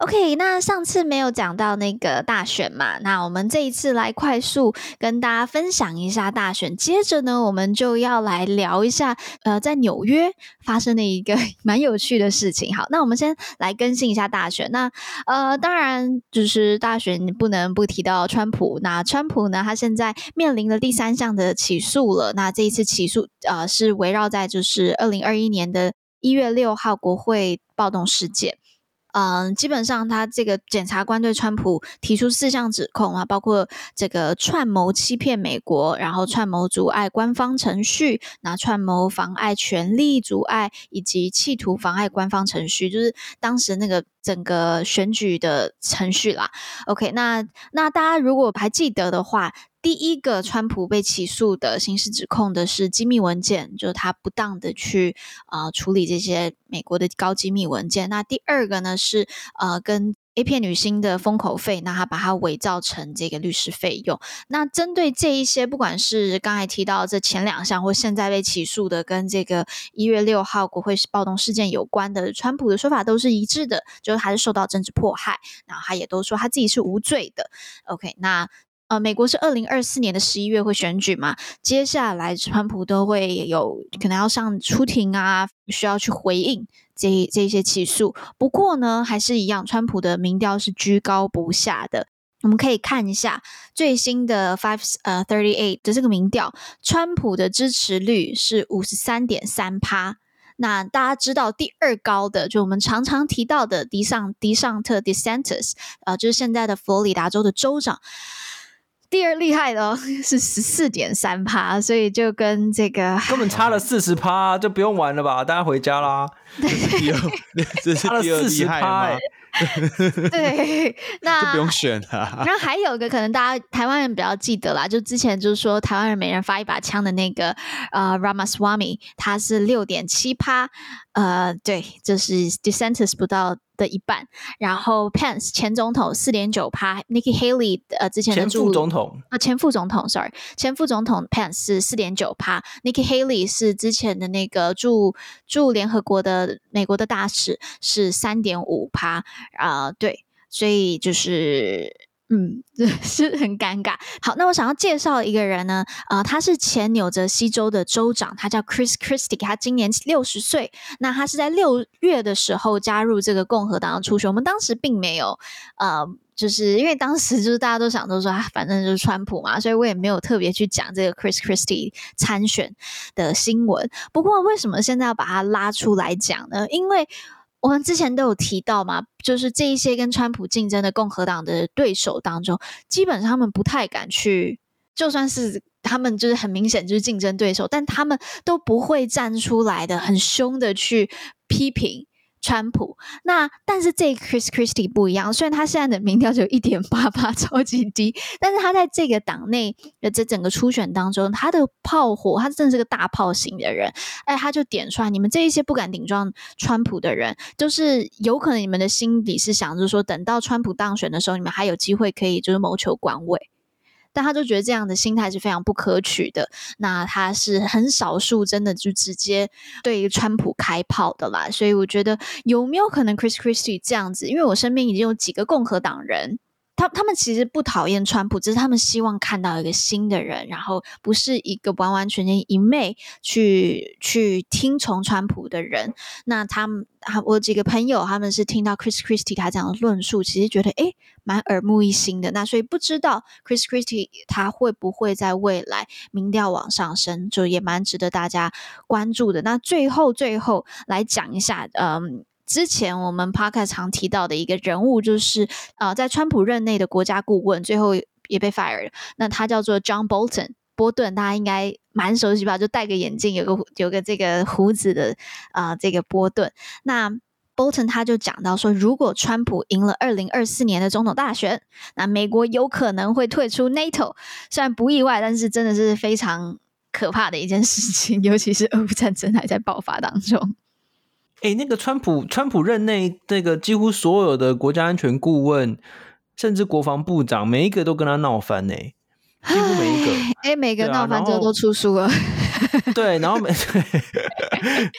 OK， 那上次没有讲到那个大选嘛，那我们这一次来快速跟大家分享一下大选。接着呢，我们就要来聊一下，呃，在纽约发生的一个蛮有趣的事情。好，那我们先来更新一下大选。那呃，当然就是大选不能不提到川普。那川普呢，他现在面临了第三项的起诉了。那这一次起诉呃是围绕在就是二零二一年的一月六号国会暴动事件。嗯，基本上他这个检察官对川普提出四项指控啊，包括这个串谋欺骗美国，然后串谋阻碍官方程序，那串谋妨碍权力阻碍，以及企图妨碍官方程序，就是当时那个整个选举的程序啦。OK， 那那大家如果还记得的话，第一个川普被起诉的刑事指控的是机密文件，就是他不当的去呃处理这些美国的高机密文件。那第二个呢是呃跟 A 片女星的封口费，那他把它伪造成这个律师费用。那针对这一些，不管是刚才提到这前两项，或现在被起诉的跟这个一月六号国会暴动事件有关的，川普的说法都是一致的，就是他是受到政治迫害，然后他也都说他自己是无罪的。OK， 那呃，美国是二零二四年的十一月会选举嘛，接下来川普都会有可能要上出庭啊，需要去回应这这些起诉。不过呢，还是一样，川普的民调是居高不下的。我们可以看一下最新的 Five 呃 thirty eight 的这个民调，川普的支持率是 五十三点三趴。那大家知道第二高的，就我们常常提到的迪尚迪尚特 DeSantis， 呃，就是现在的佛罗里达州的州长。第二厉害的哦，是 十四点三趴，所以就跟这个根本差了 百分之四十， 就不用玩了吧，大家回家啦。 这是第二，这是第二厉害吗？ 对，那这不用选啊。 然后还有一个可能大家台湾人比较记得啦，就之前就是说台湾人每人发一把枪的那个呃 Ramaswamy， 他是 六点七趴， 呃，对，这是 DeSantis 不到的一半。然后 Pence 前总统 四点九趴， Nikki Haley 呃之前的前副总统啊、呃、前副总统 sorry 前副总统 Pence 是 四点九趴， Nikki Haley 是之前的那个驻驻联合国的美国的大使是 三点五趴。啊、呃，对，所以就是，嗯，是很尴尬。好，那我想要介绍一个人呢，呃，他是前纽泽西州的州长，他叫 Chris Christie， 他今年六十岁。那他是在六月的时候加入这个共和党的初选，我们当时并没有，呃。就是因为当时就是大家都想都说啊，反正就是川普嘛，所以我也没有特别去讲这个 Chris Christie 参选的新闻。不过为什么现在要把他拉出来讲呢？因为我们之前都有提到嘛，就是这一些跟川普竞争的共和党的对手当中，基本上他们不太敢去，就算是他们就是很明显就是竞争对手，但他们都不会站出来的很凶的去批评川普。那但是这 Chris Christie 不一样，虽然他现在的民调只有 一点八趴， 超级低，但是他在这个党内的这整个初选当中，他的炮火，他真的是个大炮型的人。哎，他就点出来，你们这一些不敢顶撞川普的人，就是有可能你们的心里是想就是说，等到川普当选的时候，你们还有机会可以就是谋求官位。但他就觉得这样的心态是非常不可取的。那他是很少数真的就直接对川普开炮的啦，所以我觉得有没有可能 Chris Christie 这样子，因为我身边已经有几个共和党人，他他们其实不讨厌川普，只是他们希望看到一个新的人，然后不是一个完完全全一昧去去听从川普的人。那他们我有几个朋友他们是听到 Chris Christie 他这样的论述，其实觉得诶蛮耳目一新的。那所以不知道 Chris Christie 他会不会在未来民调往上升，就也蛮值得大家关注的。那最后最后来讲一下嗯之前我们 podcast 常提到的一个人物，就是呃，在川普任内的国家顾问，最后也被 fire 了。那他叫做 John Bolton， 波顿，大家应该蛮熟悉吧？就戴个眼镜，有个有个这个胡子的啊、呃，这个波顿。那 Bolton 他就讲到说，如果川普赢了二零二四年的总统大选，那美国有可能会退出 NATO。虽然不意外，但是真的是非常可怕的一件事情，尤其是俄乌战争还在爆发当中。 欸，那个川普川普任内，这个几乎所有的国家安全顾问，甚至国防部长，每一个都跟他闹翻呢、欸，几乎每一个。 哎、欸，每个闹翻之后都出书了。 对，然后每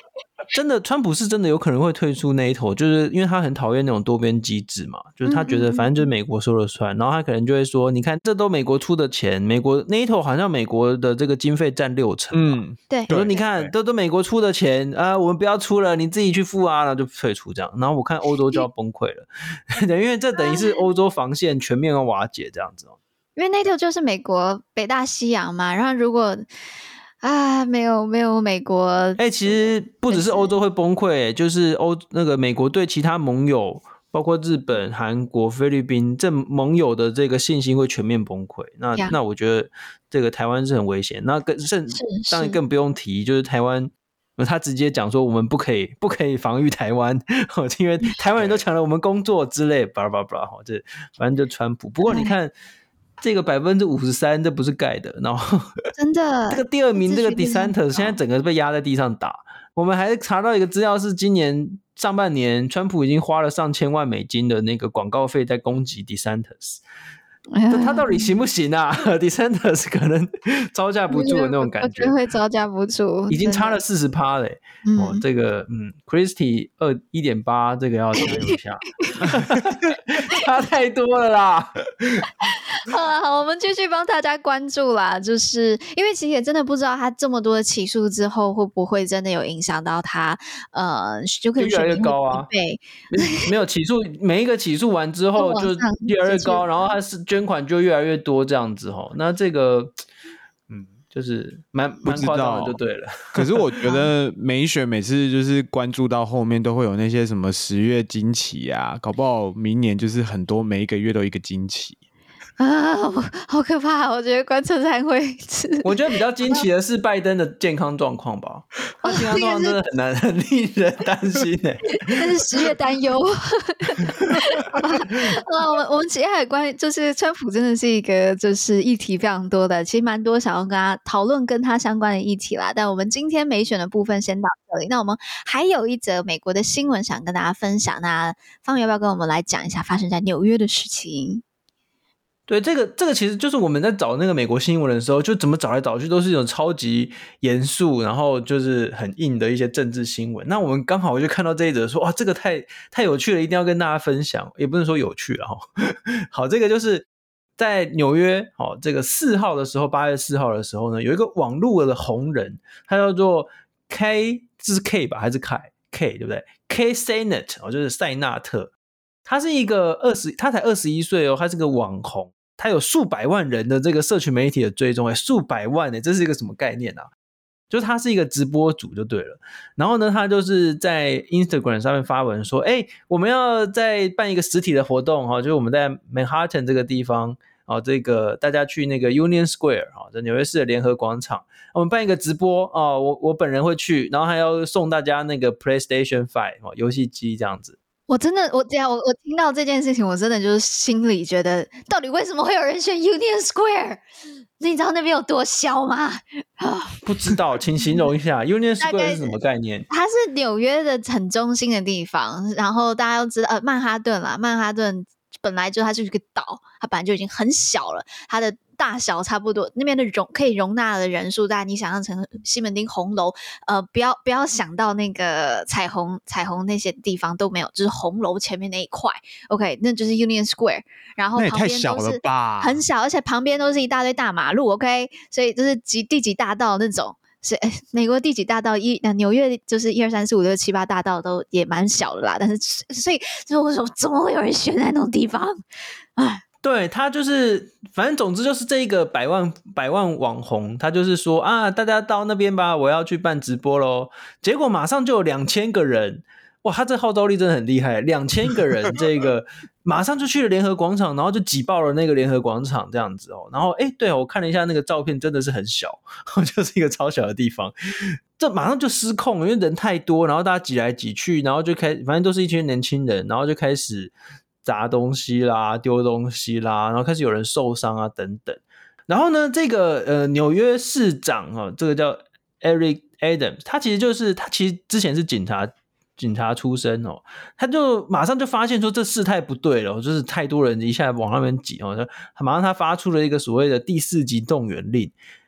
真的，川普是真的有可能会退出 NATO， 就是因为他很讨厌那种多边机制嘛，就是他觉得反正就是美国说了算，然后他可能就会说，你看这都美国出的钱，美国 NATO 好像美国的这个经费占六成， 嗯， 对， 我说你看都都美国出的钱啊、呃，我们不要出了，你自己去付啊，然后就退出这样，然后我看欧洲就要崩溃了，因为这等于是欧洲防线全面要瓦解这样子哦。 因为 NATO 就是美国北大西洋嘛，然后如果啊没有没有美国， 哎、欸，其实不只是欧洲会崩溃、欸，就是欧那个美国对其他盟友，包括日本、韩国、菲律宾这盟友的这个信心会全面崩溃。那、yeah. 那我觉得这个台湾是很危险，那更甚当然更不用提，就是台湾。他直接讲说我们不可以不可以防御台湾，因为台湾人都抢了我们工作之类，巴拉巴拉巴拉，这反正就川普。不过你看这个百分之五十三，这不是盖的，然后真的这个第二名这个 DeSantis 现在整个被压在地上打。我们还查到一个资料是，今年上半年川普已经花了上千万美金的那个广告费在攻击 DeSantis。他到底行不行啊？DeSantis 可能招架不住的那种感觉， 我觉得会招架不住， 已经差了 百分之四十 嘞、嗯。哦，这个嗯 ，Christie 二 一点八 这个要加油一下，差太多了啦。 好了，好，我们继续帮大家关注啦。就是因为其实也真的不知道他这么多的起诉之后，会不会真的有影响到他，呃，就可能越来越高啊。 对， 没有起诉，每一个起诉完之后就越来越高，然后他是捐款就越来越多这样子齁。那这个，嗯，就是蛮蛮夸张的，就对了。 可是我觉得美选每次就是关注到后面都会有那些什么十月惊奇啊，搞不好明年就是很多每一个月都一个惊奇。 啊，好可怕！我觉得观测站会是， 我觉得比较惊奇的是拜登的健康状况吧，他健康状况真的很难，很令人担心诶、欸。 但是十月担忧。好吧，我们我们其实还关于就是川普真的是一个就是议题非常多的，其实蛮多想要跟他讨论跟他相关的议题啦。但我们今天美选的部分先到这里，那我们还有一则美国的新闻想跟大家分享。那方要不要跟我们来讲一下发生在纽约的事情？ 对，这个这个其实就是我们在找那个美国新闻的时候，就怎么找来找去都是一种超级严肃，然后就是很硬的一些政治新闻。那我们刚好就看到这一则说，哇，这个太太有趣了，一定要跟大家分享。也不能说有趣了哈。好，这个就是在纽约，好，这个四号的时候，八月四号的时候呢，有一个网络的红人，他叫做 K， 这是 K 吧还是 K K 对不对 ？K Sennett 哦，就是塞纳特。他是一个二十，他才二十一岁哦，他是个网红，他有数百万人的这个社群媒体的追踪，哎，数百万哎，这是一个什么概念啊？就是他是一个直播主就对了。然后呢，他就是在 Instagram 上面发文说，哎，我们要再办一个实体的活动哈，就是我们在 Manhattan 这个地方哦，这个大家去那个 Union Square 啊，在纽约市的联合广场，我们办一个直播哦，我我本人会去，然后还要送大家那个 PlayStation 五哦，游戏机这样子。 我真的，我这样，我我听到这件事情，我真的就是心里觉得，到底为什么会有人选 Union Square？ 你知道那边有多小吗？ 不知道，请形容一下 Union Square 是什么概念？ 它是纽约的很中心的地方，然后大家都知道，呃，曼哈顿啦，曼哈顿本来就它就是一个岛，它本来就已经很小了，它的大小差不多，那边的容可以容纳的人数，大概你想象成西门町红楼，呃，不要不要想到那个彩虹彩虹那些地方都没有，就是红楼前面那一块 ，OK， 那就是 Union Square， 然后旁边都是很小，而且旁边都是一大堆大马路 ，OK， 所以就是几第几大道那种。是美国第几大道一，纽约就是一二三四五六七八大道都也蛮小的啦，但是所以就为什么怎么会有人选在那种地方？哎。 对，他就是反正总之就是这一个百万百万网红，他就是说啊，大家到那边吧，我要去办直播咯。结果马上就有两千个人，哇，他这号召力真的很厉害，两千个人这个马上就去了联合广场，然后就挤爆了那个联合广场这样子哦。然后诶对，我看了一下那个照片，真的是很小，就是一个超小的地方，这马上就失控，因为人太多，然后大家挤来挤去，然后就开反正都是一群年轻人，然后就开始砸东西啦，丢东西啦，然后开始有人受伤啊等等。然后呢，这个呃纽约市长哦，这个叫 Eric Adams， 他其实就是他其实之前是警察警察出身哦，他就马上就发现说这事态不对了，就是太多人一下往那边挤哦，他马上他发出了一个所谓的第四级动员令。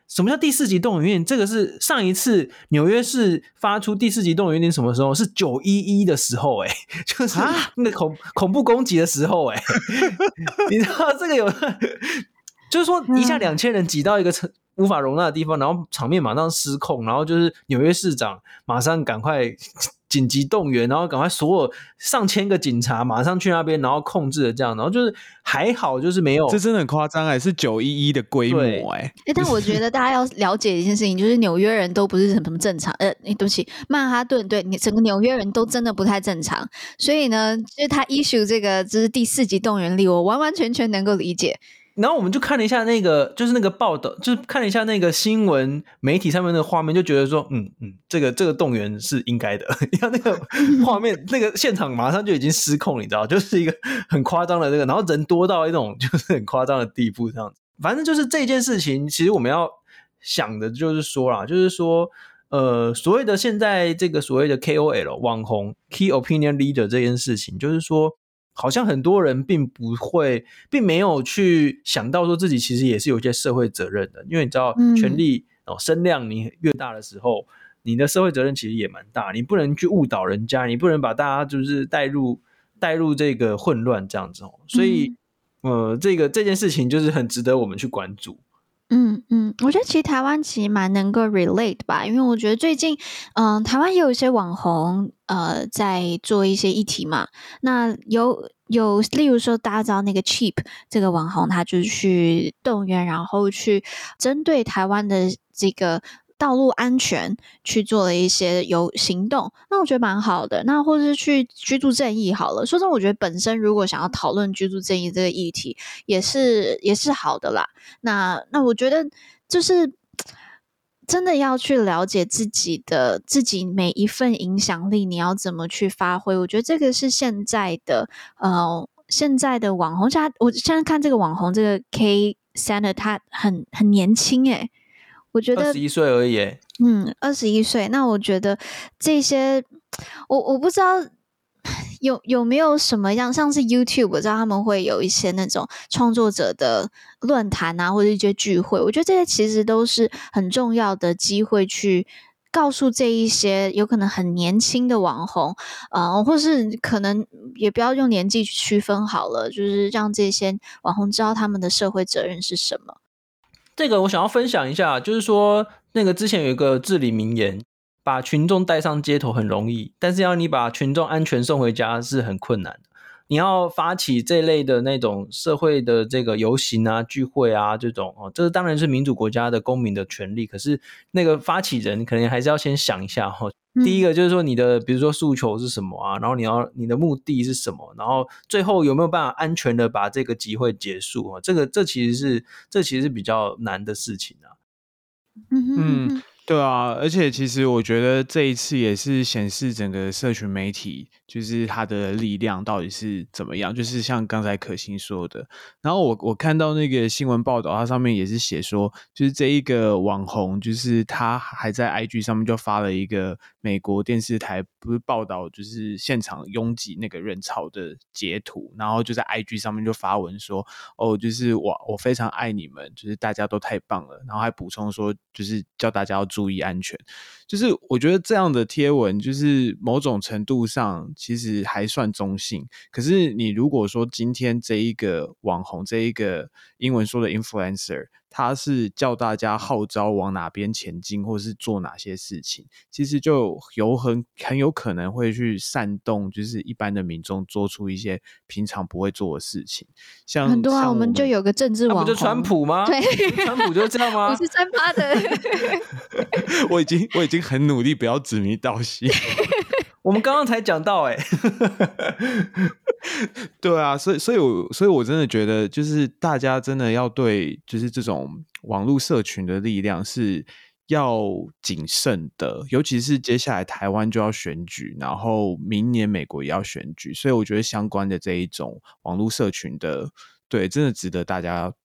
什么叫第四级动员令？这个是上一次纽约市发出第四级动员令什么时候？是九一一的时候、欸，哎，就是那个恐恐怖攻击的时候、欸，哎，你知道这个有，就是说一下两千人挤到一个无法容纳的地方，然后场面马上失控，然后就是纽约市长马上赶快紧急动员，然后赶快所有上千个警察马上去那边，然后控制了这样，然后就是还好就是没有， 这真的很夸张哎，是九一一的规模哎、 欸。但我觉得大家要了解一件事情，就是纽约人都不是什么正常，呃，对不起，曼哈顿对整个纽约人都真的不太正常，所以呢，就是他 issue 这个就是第四级动员令，我完完全全能够理解。 然后我们就看了一下那个，就是那个报道，就是看了一下那个新闻媒体上面的画面，就觉得说，嗯嗯，这个这个动员是应该的。你看那个画面，那个现场马上就已经失控，你知道，就是一个很夸张的这个，然后人多到一种就是很夸张的地步，这样子。反正就是这件事情，其实我们要想的就是说啦，就是说，呃，所谓的现在这个所谓的 K O L 网红 Key Opinion Leader 这件事情，就是说。好像很多人并不会，并没有去想到说自己其实也是有一些社会责任的，因为你知道权力、嗯哦、声量你越大的时候，你的社会责任其实也蛮大，你不能去误导人家，你不能把大家就是带入带入这个混乱这样子、哦、所以、嗯、呃，这个这件事情就是很值得我们去关注。 嗯嗯，我觉得其实台湾其实蛮能够 relate 吧，因为我觉得最近嗯、呃，台湾也有一些网红呃在做一些议题嘛，那有有例如说大家知道那个 Cheap 这个网红，他就去动员，然后去针对台湾的这个道路安全去做了一些有行动，那我觉得蛮好的。那或者是去居住正义好了，说真的，我觉得本身如果想要讨论居住正义这个议题，也是也是好的啦。那那我觉得就是真的要去了解自己的自己每一份影响力，你要怎么去发挥。我觉得这个是现在的呃现在的网红，我现在看这个网红这个 K Center， 他很很年轻诶。我觉得二十一岁而已， 嗯，二十一岁。那我觉得这些，我我不知道有有没有什么样，像是 YouTube， 我知道他们会有一些那种创作者的论坛啊，或者一些聚会。我觉得这些其实都是很重要的机会，去告诉这一些有可能很年轻的网红，呃，或是可能也不要用年纪去区分好了，就是让这些网红知道他们的社会责任是什么。 这个我想要分享一下，就是说那个之前有一个至理名言，把群众带上街头很容易，但是要你把群众安全送回家是很困难的。你要发起这类的那种社会的这个游行啊、聚会啊这种哦，这当然是民主国家的公民的权利，可是那个发起人可能还是要先想一下哦。第一个就是说你的比如说诉求是什么啊，然后你要你的目的是什么，然后最后有没有办法安全的把这个集会结束啊？这个这其实是这其实是比较难的事情啊。 嗯，对啊，而且其实我觉得这一次也是显示整个社群媒体就是它的力量到底是怎么样，就是像刚才可心说的。然后我我看到那个新闻报道，它上面也是写说，就是这一个网红，就是他还在 I G 上面就发了一个美国电视台不是报道就是现场拥挤那个人潮的截图，然后就在 I G 上面就发文说，哦，就是我我非常爱你们，就是大家都太棒了，然后还补充说就是叫大家要注意安全。就是我觉得这样的贴文就是某种程度上其实还算中性，可是你如果说今天这一个网红，这一个英文说的 influencer， 他是叫大家号召往哪边前进或是做哪些事情，其实就有很很有可能会去煽动就是一般的民众做出一些平常不会做的事情。像很多啊， 像我们就有个政治网红， 那不就川普吗？ 对， 川普就这样吗？ 我是三八的我已经我已经很努力不要指名道姓我们刚刚才讲到哎、欸， 对啊，所以所以我所以我真的觉得，就是大家真的要对，就是这种网络社群的力量是要谨慎的，尤其是接下来台湾就要选举，然后明年美国也要选举，所以我觉得相关的这一种网络社群的，对，真的值得大家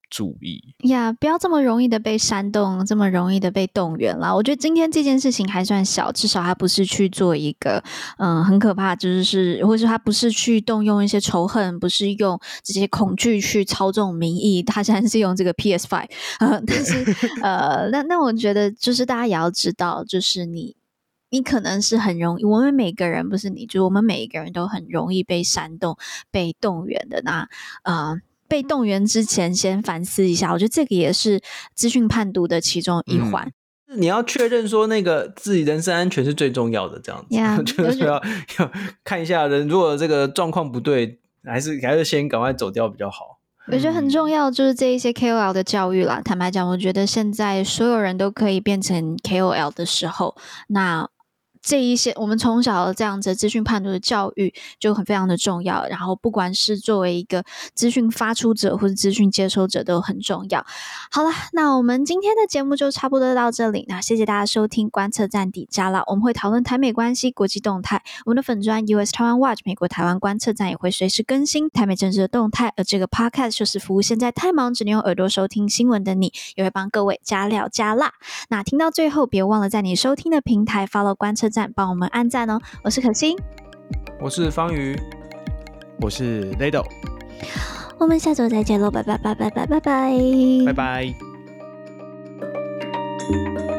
注意呀， yeah, 不要这么容易的被煽动，这么容易的被动员啦。我觉得今天这件事情还算小，至少他不是去做一个嗯很可怕，就是或者他不是去动用一些仇恨，不是用这些恐惧去操纵民意，他现在是用这个 P S 五，呃，但是呃，那那我觉得就是大家也要知道，就是你。你可能是很容易，我们每个人不是你，就是我们每一个人都很容易被煽动、被动员的。那呃，被动员之前先反思一下，我觉得这个也是资讯判读的其中一环。 嗯，你要确认说那个自己人身安全是最重要的，这样子， yeah, 就是要要看一下人，如果这个状况不对，还是还是先赶快走掉比较好。 我觉得很重要，就是这一些 K O L 的教育啦。坦白讲，我觉得现在所有人都可以变成 K O L 的时候，那这一些我们从小这样子资讯判读的教育就很非常的重要，然后不管是作为一个资讯发出者或者资讯接收者都很重要。好了，那我们今天的节目就差不多到这里，那谢谢大家收听观测站底加啦，我们会讨论台美关系、国际动态，我们的粉专 U S Taiwan Watch 美国台湾观测站也会随时更新台美政治的动态，而这个 podcast 就是服务现在太忙只能用耳朵收听新闻的你，也会帮各位加料加辣。那听到最后别忘了在你收听的平台 follow 观测站，帮我们按赞哦。我是可心， 我是方瑜， 我是 Lado， 我们下周再见喽，拜拜拜拜拜拜拜拜拜。